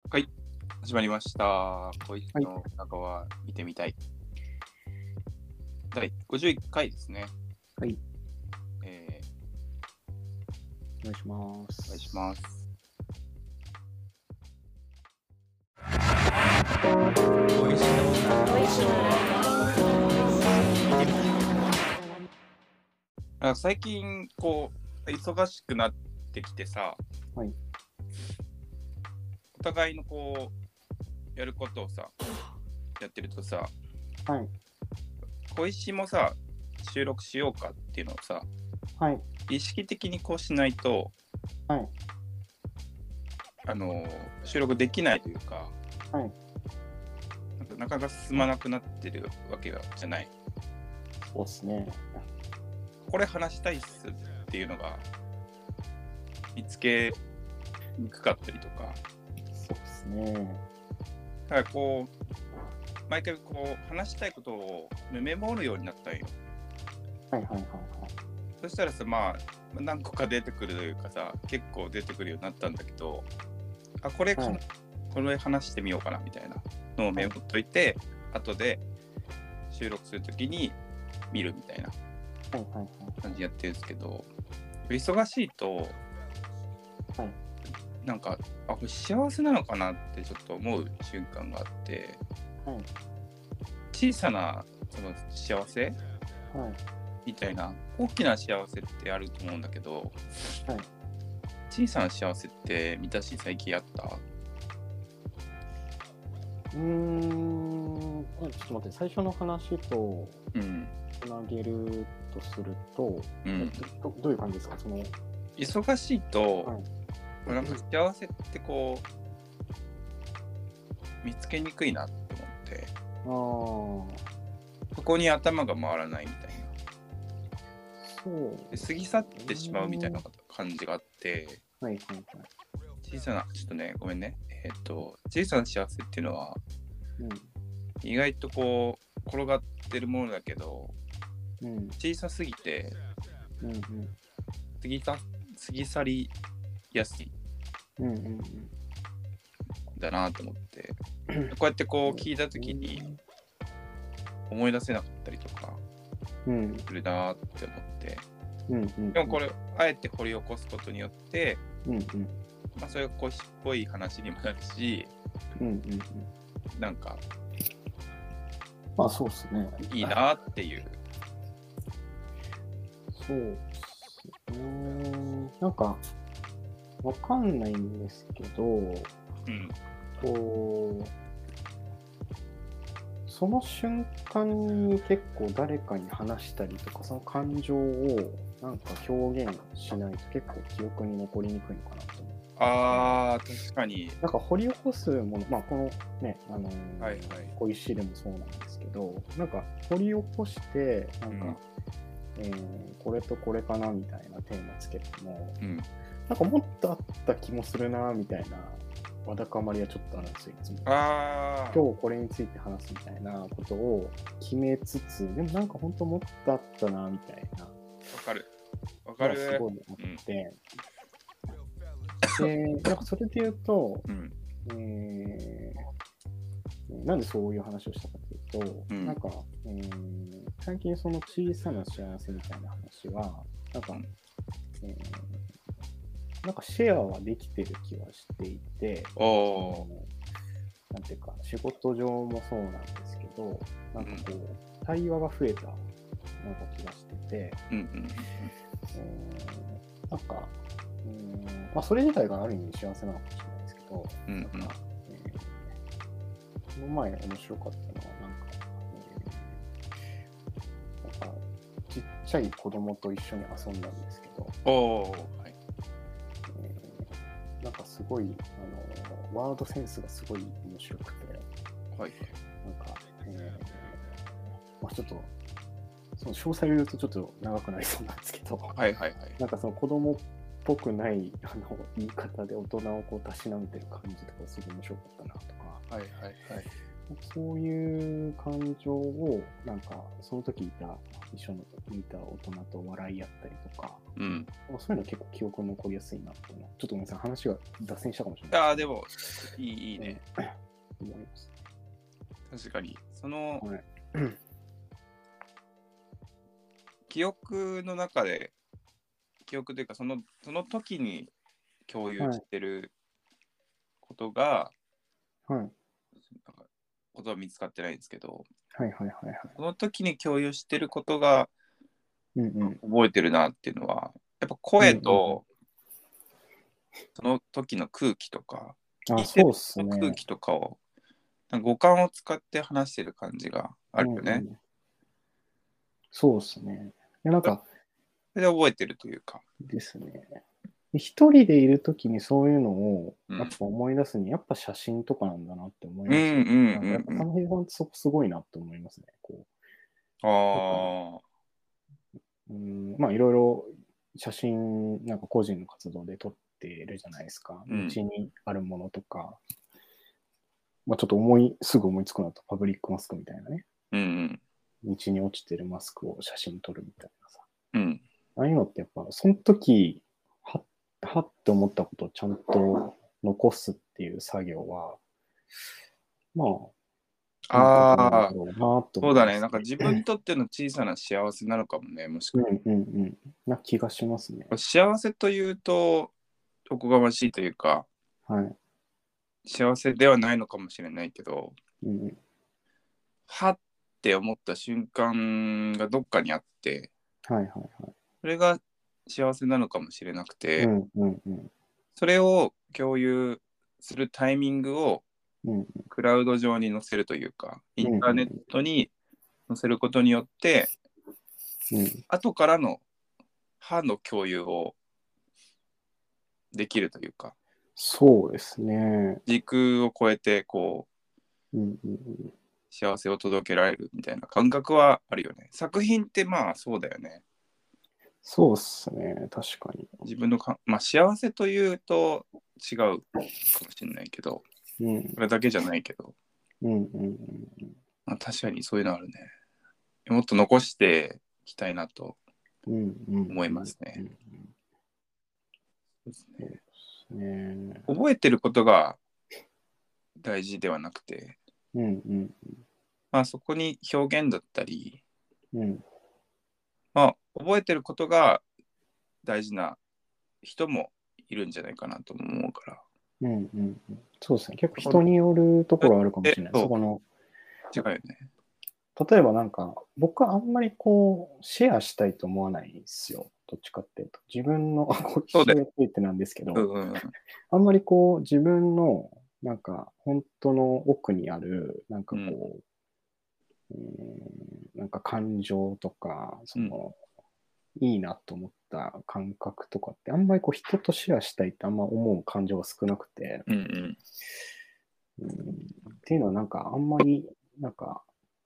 はい、始まりました。恋はい、 の中は見てみたい。第51回ですね。 はい、 えお願いしまお願いします。 す。小石の中見てみたい。最近忙しくなってきてさ、 はい、 お互いのやることをさ、やってるとさ、 はい、 小石もさ、収録しようかっていうのをさ、 はい、 意識的にしないと、 はい、 収録できないというか、 はい。 なかなか進まなくなってるわけじゃない。 そうですね。 これ話したいっすっていうのが見つけにくかったりとか、 そうですね。 だから毎回話したいことをメモるようになったんよ。 はい、はい、はい、はい。 そしたらさ、何個か出てくるというかさ、結構出てくるようになったんだけど、これはい、 これ話してみようかなみたいなのをメモっといて、後で収録するときに見るみたいなはい、はい、 感じでやってるんですけど、忙しいと、 はい。 なんかこれ幸せなのかなってちょっと思う瞬間があって、 はい、 小さなその幸せはい、 みたいな大きな幸せってあると思うんだけど、 はい。 小さな幸せって見たし最近あった？ ちょっと待って、最初の話とうん、 つなげるとすると、 うん。 どういう感じですか、 忙しいと、 はい。 なんか幸せって見つけにくいなって思って、 あそこに頭が回らないみたいな。 そうで過ぎ去ってしまうみたいな感じがあって、 はい、はい、はい。 小さな、ちょっとね、ごめんね。小さな幸せっていうのは、 うん、 意外と転がってるものだけど、 うん、 小さすぎてうん、うん、 過ぎ去りやすいうん、うん、うん。 んだなと思って、こうやって聞いた時に思い出せなかったりとかうん、 するなって思って、 うん、うん。 でもこれあえて掘り起こすことによって、 うん、うん、 それが小石っぽい話にもなるし、 うん、うん。 なんかまあ、そうですね。 いいなっていう。 そうですね。なんか、わかんないんですけど、 うん、 こう、その瞬間に結構誰かに話したりとか、その感情をなんか表現しないと結構記憶に残りにくいのかなと思って。 確かに。 なんか掘り起こすもの、このね、 はいはい。 小石でもそうなんですけど、なんか掘り起こして、なんか、これとこれかなみたいなテーマつけても、 うん、 なんかもっとあった気もするなみたいなわだかまりはちょっとあるんですよ、いつも。今日これについて話すみたいなことを決めつつ、でもなんか本当もっとあったなみたいな。 わかる。わかる。 すごい思って。で、なんかそれで言うと、 うん、 なんでそういう話をしたかというと、なんか、最近その小さな幸せみたいな話は、なんか、なんかシェアはできてる気はしていて、なんていうか、仕事上もそうなんですけど、なんか対話が増えたなんか気がしてて、なんか、それ自体がある意味幸せなのかもしれないですけど、なんか、この前面白かったのは、なんかちっちゃい子供と一緒に遊んだんですけど、なんかすごいワードセンスがすごい面白くて、なんか、ちょっとその詳細を言うとちょっと長くなりそうなんですけど、なんかその子供っぽくない言い方で大人をたしなめてる感じとかすごい面白かったなとか、 そういう感情を、なんか、その時一緒にいた大人と笑い合ったりとか、 うん。 そういうの結構記憶に残りやすいなって思う。ちょっとごめんなさい、話が脱線したかもしれない。 ああ、でも、いいね。 思います。 確かに。はい、記憶の中で、記憶というか、その時に共有してることが、 はい。 なんか言葉見つかってないんですけど、 はいはいはいはい。 その時に共有してることが、覚えてるなっていうのは、やっぱ声と、その時の空気とか、 そうっすね。 空気とかを、五感を使って話してる感じがあるよね。 そうっすね。なんか、 それで覚えてるというか。 ですね。一人でいるときにそういうのをやっぱ思い出すに、やっぱ写真とかなんだなって思いますよ。なんかやっぱ玉平さんってそこすごいなって思いますね。こうまあいろいろ写真、なんか個人の活動で撮ってるじゃないですか。道にあるものとか、まあちょっとすぐ思いつくのとパブリックマスクみたいなね。道に落ちてるマスクを写真撮るみたいなさ。ああいうのってやっぱ、その時、はって思ったことをちゃんと残すっていう作業は、まあ、 そうだね。なんか自分にとっての小さな幸せなのかもね、もしかしたら。 な気がしますね。 幸せというと、おこがましいというか、幸せではないのかもしれないけど、はって思った瞬間がどっかにあって、それが幸せなのかもしれなくて、それを共有するタイミングをクラウド上に載せるというか、インターネットに載せることによって、後からの歯の共有をできるというか、 そうですね。 時空を超えてこう、幸せを届けられるみたいな感覚はあるよね。作品ってまあそうだよね。 そうっすね、確かに。 自分のまあ幸せというと違うかもしれないけど、これだけじゃないけど、まあ、確かにそういうのあるね。もっと残していきたいなと思いますね。覚えてることが大事ではなくて、まあそこに表現だったり、まあ覚えてることが大事な人もいるんじゃないかなと思うから。 そうですね。結構人によるところあるかもしれない。そこの。 違うよね。 例えばなんか、僕はあんまりこう、シェアしたいと思わないんですよ。どっちかっていうと。自分の、こう、人についてなんですけど、あんまりこう、自分の、なんか、本当の奥にある、なんかこう、なんか感情とか、その、いいなと思った感覚とかって、あんまりこう、人とシェアしたいってあんま思う感情が少なくて、っていうのはなんか、あんまり、なんか、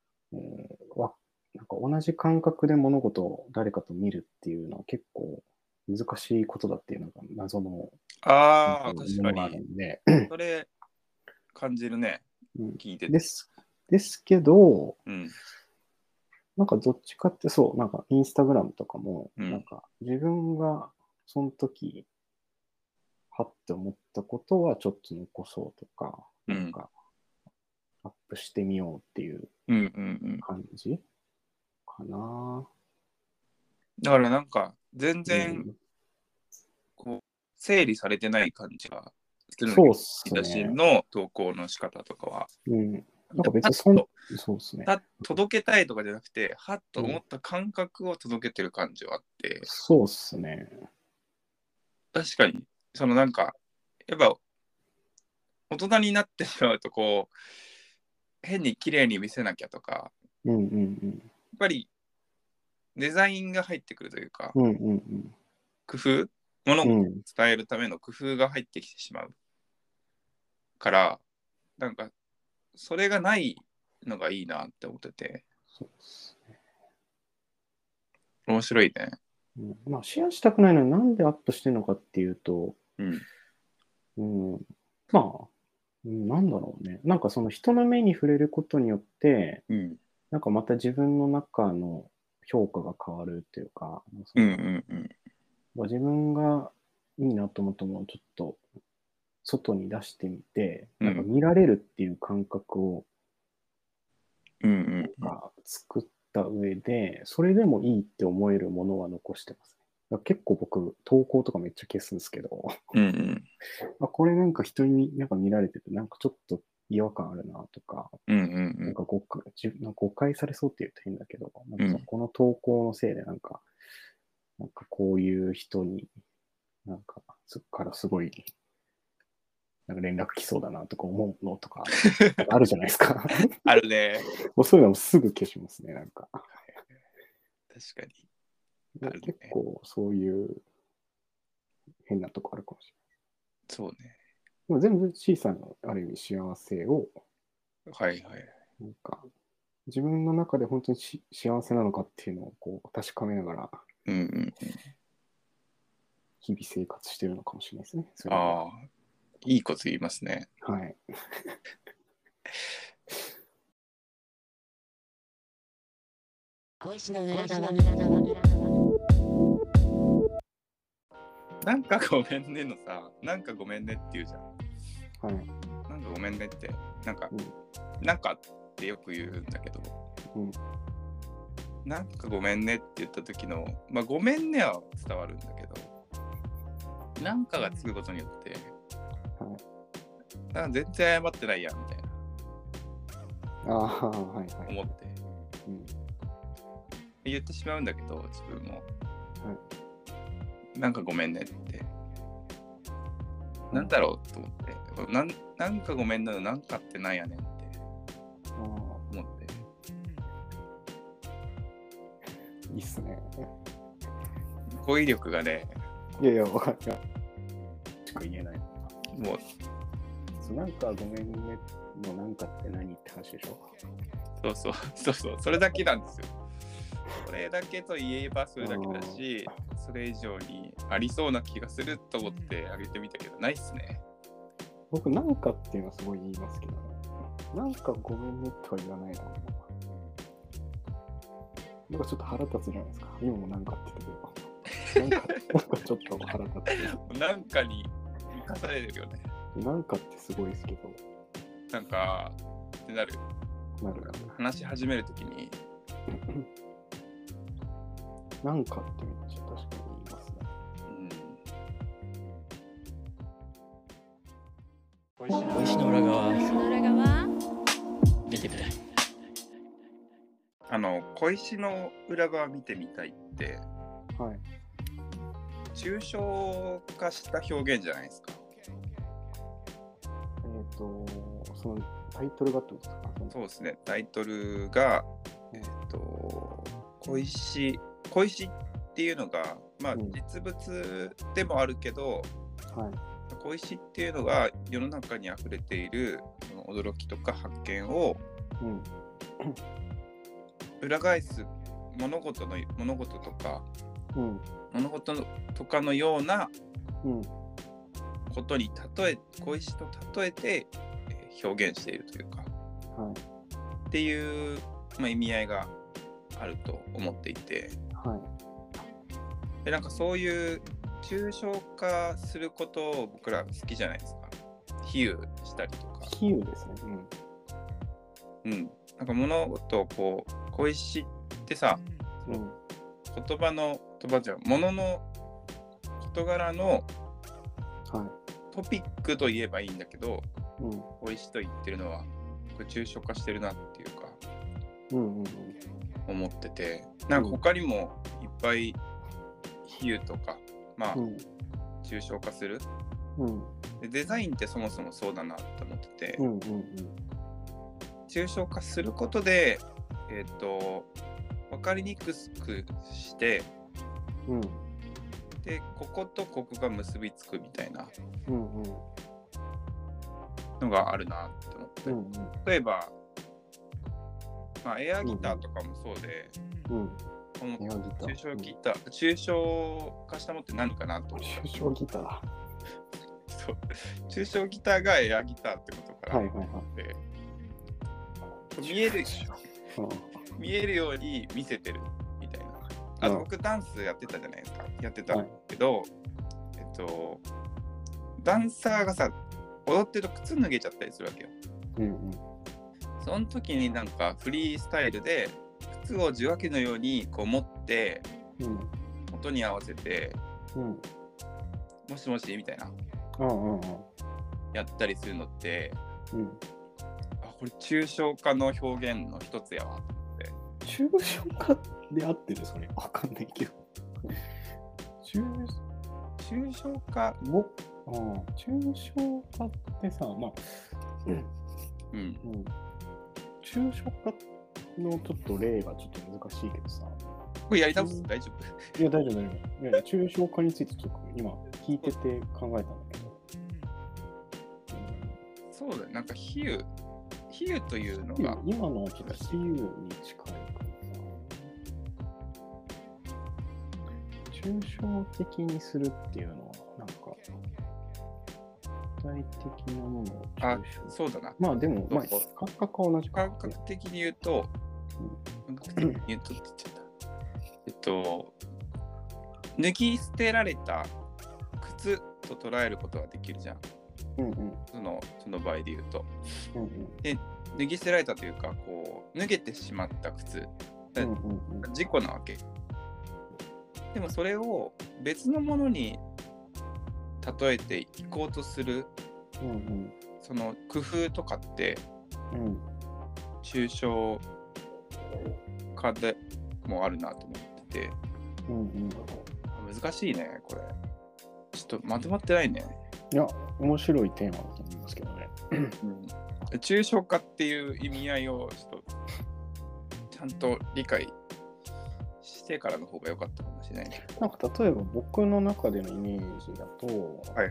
なんか同じ感覚で物事を誰かと見るっていうのは結構難しいことだっていうのが謎のものがあるんで。 それ感じるね。聞いてて。 ですけど、なんかどっちかってそう、なんかインスタグラムとかも、なんか自分がその時、はって思ったことはちょっと残そうとか、なんかアップしてみようっていう感じかな。 だからなんか全然こう整理されてない感じがするのよ。写真の投稿の仕方とかは。 なんか別にそうですね。 届けたいとかじゃなくて、はっと思った感覚を届けてる感じはあって。 そうっすね。 確かに、そのなんか、やっぱ大人になってしまうとこう、変に綺麗に見せなきゃとか、やっぱりデザインが入ってくるというか、工夫、ものを伝えるための工夫が入ってきてしまうから、なんか、それがないのがいいなって思ってて。 そうですね。 面白いね。 まあ、シェアしたくないのになんでアップしてるのかっていうと、まあ、 なんだろうね。なんかその人の目に触れることによって、 うん、 なんかまた自分の中の評価が変わるっていうか、 うんうんうん。 自分がいいなと思ったものをちょっと外に出してみて、なんか見られるっていう感覚を作った上で、それでもいいって思えるものは残してますね。結構僕、投稿とかめっちゃ消すんですけど、これなんか人になんか見られてて、なんかちょっと違和感あるなとか、なんか誤解されそうって言うと変だけど、なんかこの投稿のせいでなんかこういう人になんかそっからすごいなんか連絡来そうだなとか思うのとかあるじゃないですか。 あるね。 もうそういうのもすぐ消しますね、なんか。 確かに。 結構そういう変なとこあるかもしれない。 そうね。 でも全部 C さんのある意味幸せを、 はいはい。 なんか自分の中で本当に幸せなのかっていうのをこう確かめながら、日々生活してるのかもしれないですね。 ああ、いいこと言いますね。 はい。 なんかごめんねのさ、なんかごめんねって言うじゃん。 はい。 なんかごめんねって、なんかってよく言うんだけど、なんかごめんねって言った時の、まあごめんねは伝わるんだけど、なんかがつくことによって、なんか全然謝ってないやみたいな。思って、言ってしまうんだけど、自分も。なんかごめんねって。なんだろうと思って。なんかごめんなの、なんかってなんやねんって思って。 いいっすね。 語彙力がね。 いや、わかんない。しか言えない。 もう。なんかごめんねのなんかって何って話でしょ。 そう。それだけなんですよ。それだけと言えばそれだけだし、それ以上にありそうな気がすると思ってあげてみたけど、ないっすね。 僕、なんかっていうのはすごい言いますけどね。なんかごめんねとは言わないな。なんかちょっと腹立つじゃないですか。今もなんかって言ったけど。なんかちょっと腹立つ。なんかに生かされるよね。 なんかってすごいですけど。 なんかってなる。話し始めるときに。 なんかってめっちゃ確かに言いますね。 小石の裏側見てみたい。 小石の裏側見てみたいって、抽象化した表現じゃないですか。 そのタイトルがってことですか？ そうですね。タイトルが、小石っていうのが、まあ、実物でもあるけど、小石っていうのが世の中にあふれている驚きとか発見を、裏返す物事とか、物事とかのようなことに小石と例えて表現しているというか、っていう、意味合いがあると思っていて、でなんかそういう抽象化することを僕ら好きじゃないですか。比喩したりとか。 比喩ですね。 なんか物事をこう小石ってさ、物の事柄のトピックと言えばいいんだけど、小石と言ってるのはこれ抽象化してるなっていうか、思ってて、なんか他にもいっぱい比喩とか、抽象化する、でデザインってそもそもそうだなと思ってて、抽象化することで、分かりにくくして、でこことここが結びつくみたいなのがあるなって思って、例えば、エアギターとかもそうで、この抽象化したものって何かなと。 抽象ギター抽象ギターがエアギターってことから、 はいはいはい、 見えるように見せてるみたいな。あと僕ダンスやってたじゃないですか。やってたけど、はい、ダンサーがさ、踊ってると靴脱げちゃったりするわけよ。うんうん、その時になんかフリースタイルで靴を受話器のようにこう持って、うん、音に合わせて、うん、もしもしみたいな、やったりするのって、うん、これ抽象化の表現の一つやわと思って。 抽象化で合ってるそれわかんないけど。 抽象化抽象化ってさ、まあ、うん、抽象化のちょっと例がちょっと難しいけどさ。 これやり直す大丈夫？いや、大丈夫。いや、抽象化についてちょっと今聞いてて考えたんだけど。 そうだよ、なんか比喩というのが。 今のはちょっと比喩に近いからさ。抽象的にするっていうのは、なんか、具体的なものを抽象。そうだな。 まあでも、まあ、感覚は同じ感覚的に言うと、って言っちゃった。脱ぎ捨てられた靴と捉えることができるじゃん。その場合で言うと。で、脱ぎ捨てられたというか、こう脱げてしまった靴、事故なわけ。でもそれを別のものに例えていこうとする、その工夫とかって、抽象化でもあるなと思ってて、難しいねこれ。ちょっとまとまってないね。 いや、面白いテーマだと思いますけどね。 抽象化っていう意味合いをちょっとちゃんと理解してからの方が良かったかもしれないね。 なんか例えば僕の中でのイメージだと、 はいはい。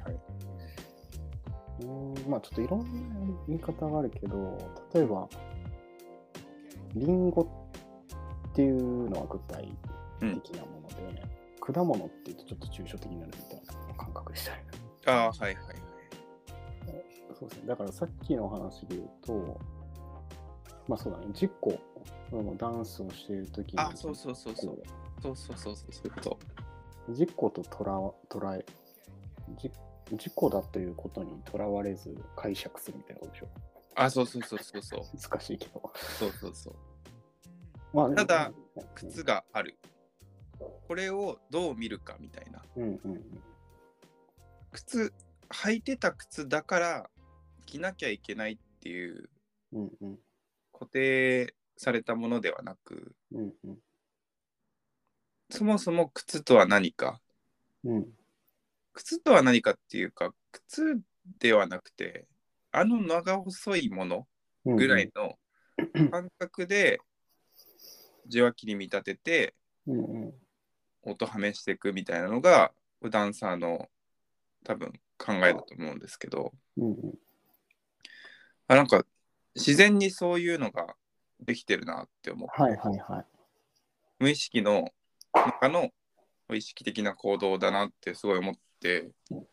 まあちょっといろんな言い方があるけど、例えばリンゴっていうのは具体的なもので、果物って言うとちょっと抽象的になるみたいな感覚でしたね。 はいはいはい。 そうですね。だからさっきの話で言うと、まあそうだね、10個ダンスをしているときに、 そういうこと。 10個と捉え、10個だということにとらわれず解釈するみたいなことでしょ。 そう。 難しいけど。 そう。 まあ、 ただ、靴がある。これをどう見るかみたいな。履いてた靴だから着なきゃいけないっていう固定されたものではなく、そもそも靴とは何か、靴とは何かっていうか、靴ではなくて長細いものぐらいの感覚で受話器に見立てて音はめしていくみたいなのがダンサーの多分考えだと思うんですけど、なんか自然にそういうのができてるなって思って、無意識の中の意識的な行動だなってすごい思って、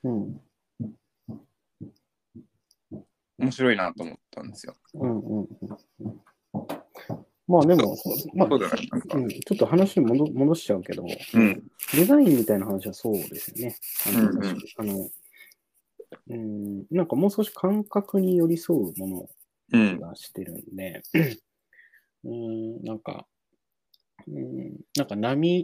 面白いなと思ったんですよ。 まあでも、ちょっと話戻しちゃうけど、デザインみたいな話はそうですよね。なんかもう少し感覚に寄り添うものがしてるんで、なんか波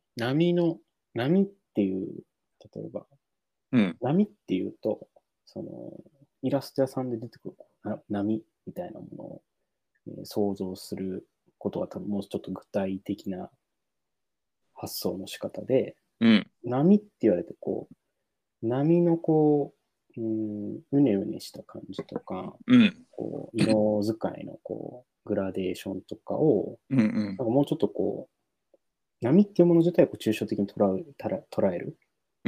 っていう、例えば、波っていうと、そのイラスト屋さんで出てくる波みたいなものを想像することは多分もうちょっと具体的な発想の仕方で、波って言われてこう波のこううねうねした感じとか、こう色使いのこうグラデーションとかを、なんかもうちょっとこう波っていうもの自体を抽象的に捉える。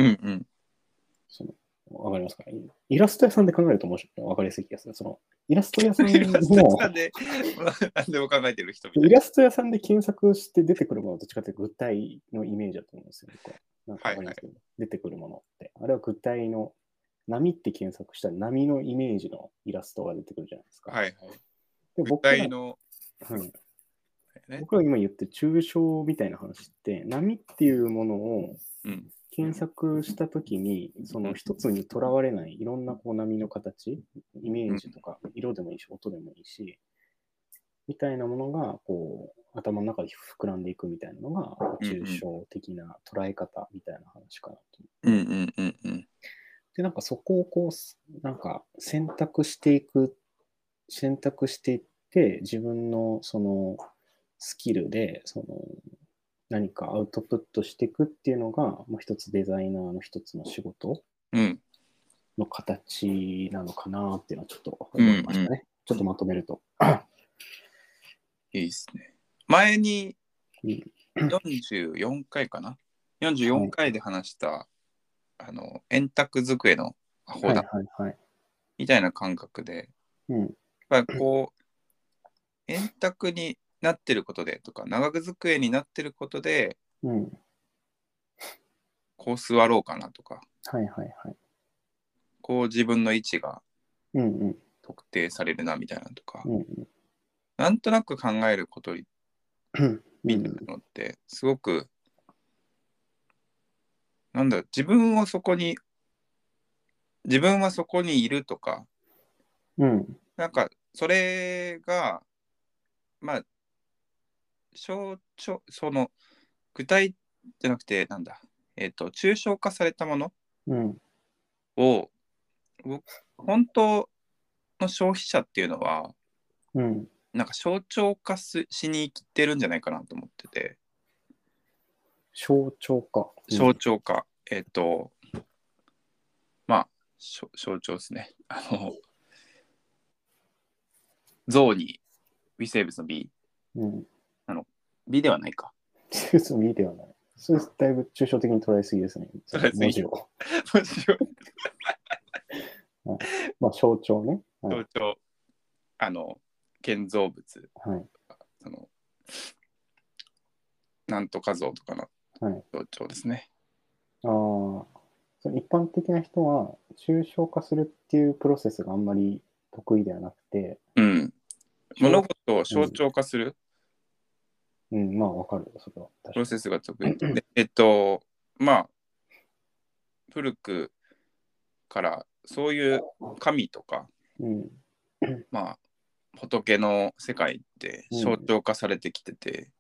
わかりますか？イラスト屋さんで考えると面白い。わかりやすい気がする。そのイラスト屋さんでも考えてる人みたいな。 イラスト屋さんで検索して出てくるものはどっちかというと具体のイメージだと思うんですよね。出てくるものって。あれは具体の波って検索したら波のイメージのイラストが出てくるじゃないですか。 はいはい。 で僕らの、僕が今言ってる抽象みたいな話って、波っていうものを検索したときに、その一つにとらわれないいろんなこう波の形、イメージとか、色でもいいし、音でもいいし、みたいなものがこう頭の中で膨らんでいくみたいなのが抽象的な捉え方みたいな話かなと思って。で、なんかそこをこう、なんか選択していって、自分のそのスキルで、その何かアウトプットしていくっていうのが、まあ、一つデザイナーの一つの仕事の形なのかなっていうのはちょっと思いましたね。ちょっとまとめると。 いいですね。前に44回かな ?44 回で話した、円卓机のアホだ、みたいな感覚で、やっぱりこう、円卓になってることでとか、長机になってることで、こう座ろうかなとか、こう自分の位置が特定されるなみたいなとか、なんとなく考えることみたいなのってすごくなんだろう、自分はそこにいるとか、なんかそれがまあその具体じゃなくてなんだ抽象化されたものを、本当の消費者っていうのは、なんか象徴化しに生きてるんじゃないかなと思ってて。 象徴化。 まあ象徴ですね。象に微生物の B、B ではないか。 微生物の B ではない。それだいぶ抽象的に捉えすぎですね。文字を。まあ象徴ね。 象徴。建造物。なんとか像とかの象徴ですね。 一般的な人は抽象化するっていうプロセスがあんまり得意ではなくて、 物事を象徴化する、 まあわかるよ、それは。 プロセスが得意で、まあ古くからそういう神とか、まあ仏の世界って象徴化されてきてて、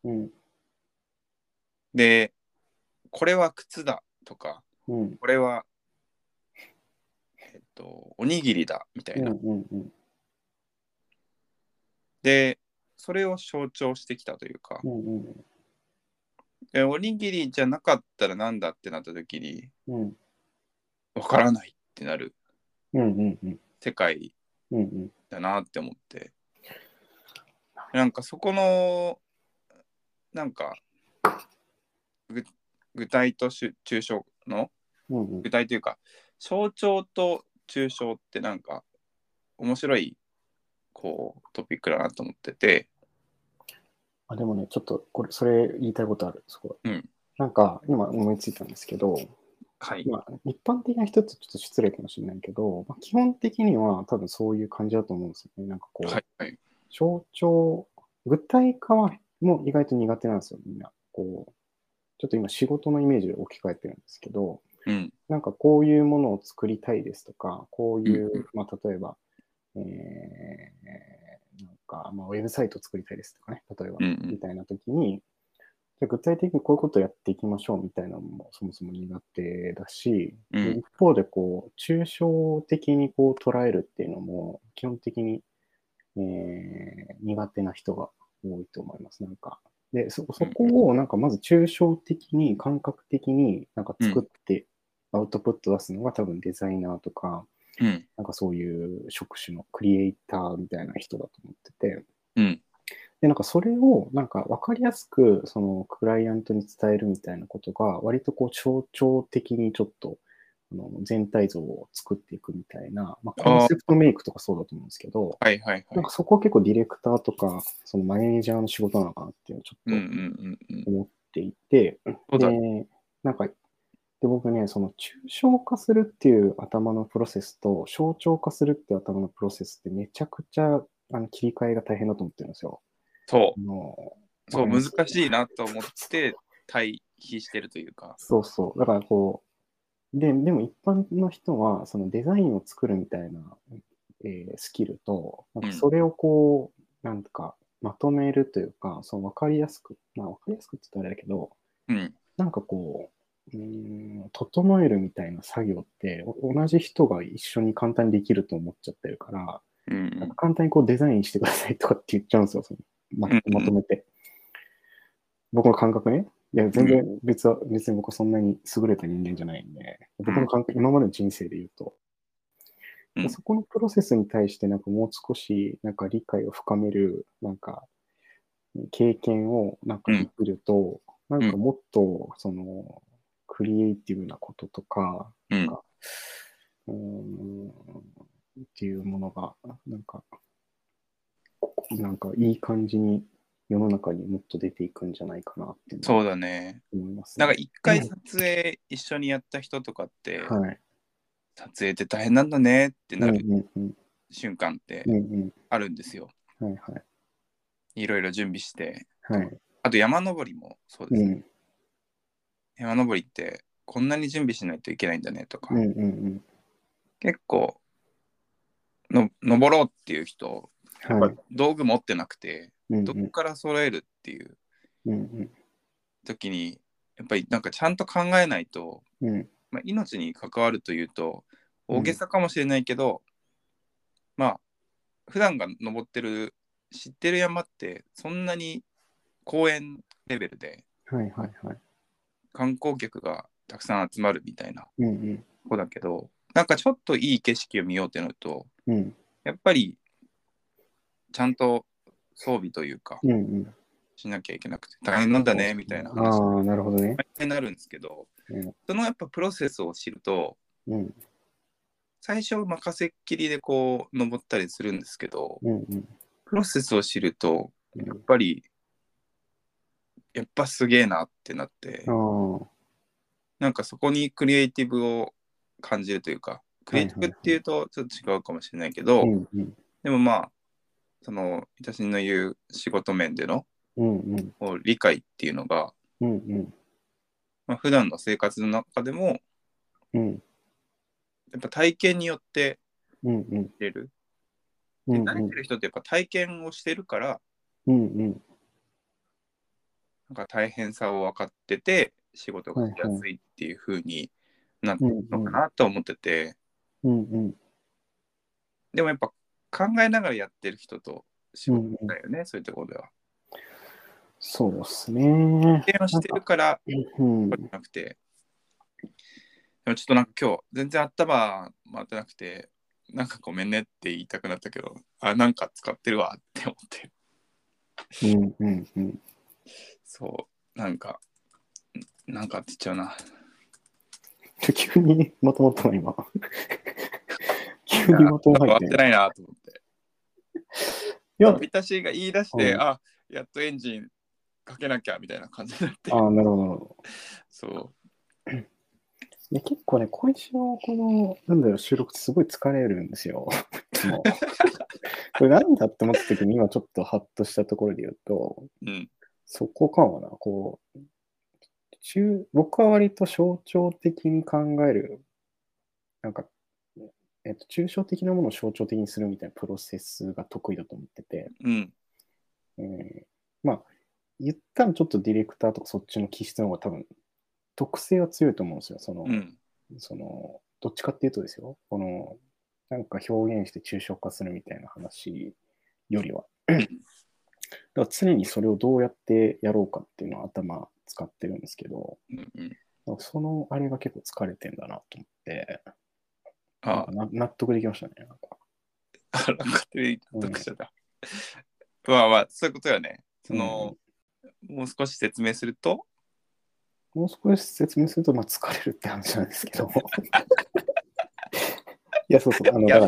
でこれは靴だとか、これはおにぎりだみたいな、でそれを象徴してきたというか、でおにぎりじゃなかったらなんだってなった時に、わからないってなる世界だなって思って、なんかそこのなんか具体と抽象の、具体というか象徴と抽象ってなんか面白いこうトピックだなと思ってて。 でもね、ちょっとそれ言いたいことある、そこは。なんか今思いついたんですけど、一般的な人ってちょっと失礼かもしれないけど、基本的には多分そういう感じだと思うんですよね。なんかこう、象徴、具体化はもう意外と苦手なんですよ、みんな。こうちょっと今仕事のイメージを置き換えてるんですけど、なんかこういうものを作りたいですとか、こういう、例えば、なんか、ウェブサイトを作りたいですとかね、例えば、みたいな時に、具体的にこういうことをやっていきましょうみたいなのもそもそも苦手だし、一方でこう抽象的にこう捉えるっていうのも基本的に、苦手な人が多いと思います。なんかでそこをなんかまず抽象的に感覚的になんか作ってアウトプット出すのが多分デザイナーとか、なんかそういう職種のクリエイターみたいな人だと思ってて、でなんかそれをなんか分かりやすくそのクライアントに伝えるみたいなことが割とこう象徴的にちょっと全体像を作っていくみたいな、コンセプトメイクとかそうだと思うんですけど、なんかそこは結構ディレクターとかそのマネージャーの仕事なのかなっていうのをちょっと思っていて、でなんかで、僕ね、その抽象化するっていう頭のプロセスと象徴化するっていう頭のプロセスってめちゃくちゃ切り替えが大変だと思ってるんですよ。 そう、難しいなと思って対比してるというか。 そうそう。だからこう、でも一般の人はそのデザインを作るみたいな、スキルと、なんかそれをこう、なんかまとめるというか、その分かりやすく、分かりやすくって言ったらあれだけど、なんかこう、整えるみたいな作業って同じ人が一緒に簡単にできると思っちゃってるから、なんか簡単にこうデザインしてくださいとかって言っちゃうんですよ、まとめて。僕の感覚ね。いや、全然別に僕はそんなに優れた人間じゃないんで、僕の感覚、今までの人生で言うと、そこのプロセスに対してなんかもう少しなんか理解を深めるなんか経験をなんかできると、なんかもっとそのクリエイティブなこととか、なんかっていうものがなんかいい感じに世の中にもっと出ていくんじゃないかなってそうだね。思います、ね。なんか一回撮影一緒にやった人とかって、撮影って大変なんだねってなる瞬間ってあるんですよ。いろいろ準備して。あと山登りもそうですね。山登りってこんなに準備しないといけないんだねとか。結構登ろうっていう人、やっぱ道具持ってなくて、どこから揃えるっていう時に、やっぱりなんかちゃんと考えないと、命に関わるというと大げさかもしれないけど、普段が登ってる知ってる山ってそんなに公園レベルで観光客がたくさん集まるみたいな子だけど、なんかちょっといい景色を見ようってなると、やっぱりちゃんと装備というか、しなきゃいけなくて大変なんだねみたいな話になるんですけど、そのやっぱプロセスを知ると、最初任せっきりでこう登ったりするんですけど、プロセスを知るとやっぱすげえなってなって、なんかそこにクリエイティブを感じるというか、クリエイティブっていうとちょっと違うかもしれないけど、でもその私の言う仕事面での理解っていうのが、普段の生活の中でも、やっぱ体験によって出る。慣れてる人ってやっぱ体験をしてるから、なんか大変さを分かってて仕事がしやすいっていう風になってるのかなと思ってて、でもやっぱ考えながらやってる人と仕事だよね、そういうところでは。 そうですね。 経験をしてるから、なくて、でもちょっとなんか今日全然頭回ってなくて、なんかごめんねって言いたくなったけど、なんか使ってるわって思って。そう、なんかって言っちゃうな。 急にまとまったの今。急にまとまってないなと思って。いや、私が言い出して、やっとエンジンかけなきゃみたいな感じになって。 なるほど、なるほど。 そう。 結構ね、今週のこの、収録ってすごい疲れるんですよ。これなんだって思った時に今ちょっとハッとしたところで言うと、そこかもな、僕は割と象徴的に考える、なんか、抽象的なものを象徴的にするみたいなプロセスが得意だと思ってて、言ったらちょっとディレクターとかそっちの気質の方が多分特性は強いと思うんですよ。どっちかっていうとですよ、なんか表現して抽象化するみたいな話よりは。だから常にそれをどうやってやろうかっていうのを頭使ってるんですけど、そのあれが結構疲れてんだなと思って、納得できましたね。なんか納得しちゃった。そういうことよね。もう少し説明すると、 疲れるって話なんですけど。いや、そうそう。だから、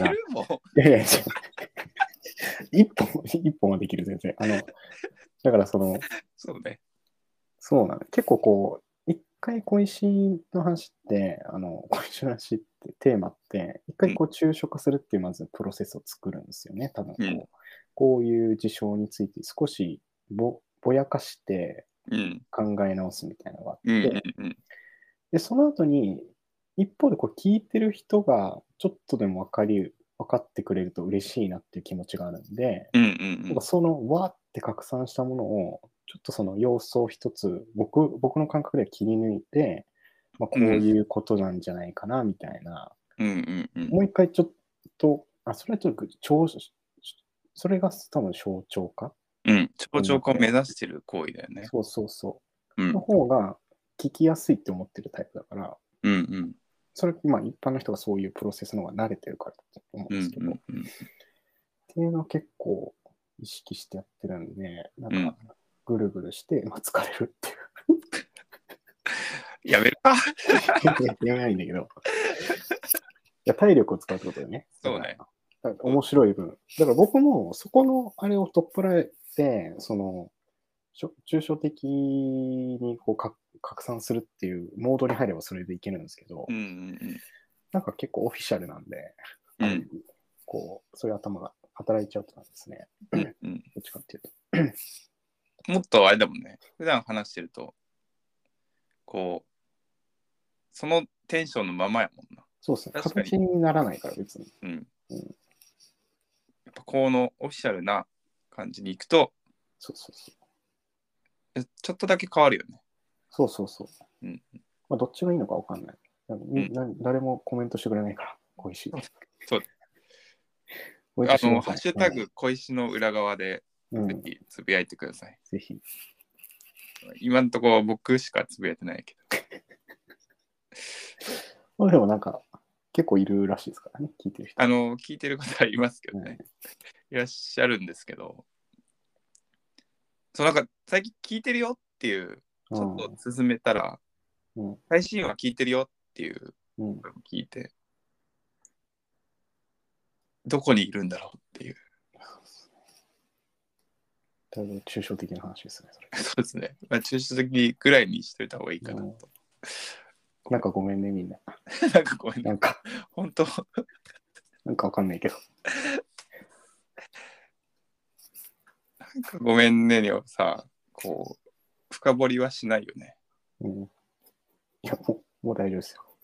一本はできる、全然。だからそうね。 そうなの。結構回小石の話って、小石の話ってテーマって、一回こう抽象化するっていうまずプロセスを作るんですよね。多分こういう事象について少しぼやかして考え直すみたいなのがあって、で、その後に、一方でこう聞いてる人がちょっとでも分かってくれると嬉しいなっていう気持ちがあるんで、そのわって拡散したものを、ちょっとその要素を一つ、僕の感覚では切り抜いて、こういうことなんじゃないかなみたいな、もう一回ちょっと、それはちょっとそれが多分象徴化、 象徴化を目指してる行為だよね。 の方が聞きやすいって思ってるタイプだから、それ、一般の人がそういうプロセスの方が慣れてるからだと思うんですけど、っていうのを結構意識してやってるんで、なんか、ぐるぐるして、疲れるっていう。 やめるかやめないんだけど。いや、体力を使うってことだよね。 そうね。 面白い分。だから僕もそこのあれを取っ払えて、その、抽象的にこう拡散するっていうモードに入ればそれでいけるんですけど、なんか結構オフィシャルなんで、こう、そういう頭が働いちゃうとなんですね。どっちかっていうと。もっとあれだもんね。普段話してると、こう、そのテンションのままやもんな。 そうですね。形にならないから別に。 やっぱこのオフィシャルな感じに行くと、ちょっとだけ変わるよね。 どっちがいいのか分かんない。誰もコメントしてくれないから、小石。 そう。ハッシュタグ小石の裏側で、ぜひつぶやいてください。 ぜひ。 今のところ僕しかつぶやいてないけど。でもなんか、結構いるらしいですからね、聞いてる人。 聞いてる方いますけどね。いらっしゃるんですけど、なんか最近聞いてるよっていう、ちょっと進めたら、最新話聞いてるよっていうのを聞いて、どこにいるんだろうっていう。 だいぶ抽象的な話ですね、それ。 そうですね。抽象的ぐらいにしといた方がいいかなと。 なんかごめんね、みんな。 なんかごめんね。 なんか、 本当なんかわかんないけど。 なんかごめんねにはさ、こう、深掘りはしないよね。 いや、もう大丈夫ですよ。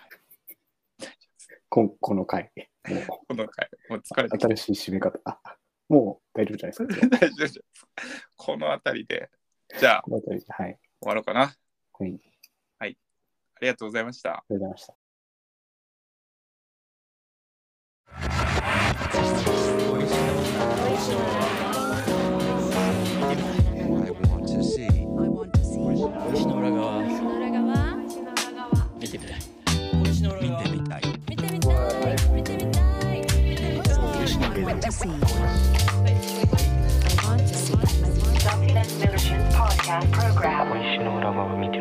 この回。 この回。もう疲れて新しい締め方。もう大丈夫じゃないですか。 大丈夫です。このあたりで。じゃあ、終わろうかな。はい。ありがとうございました。 ありがとうございました。 小石の裏側見てみたい。小石の裏側見てみたい。見てみたい。見てみたい。小石の裏側。小石の裏側見て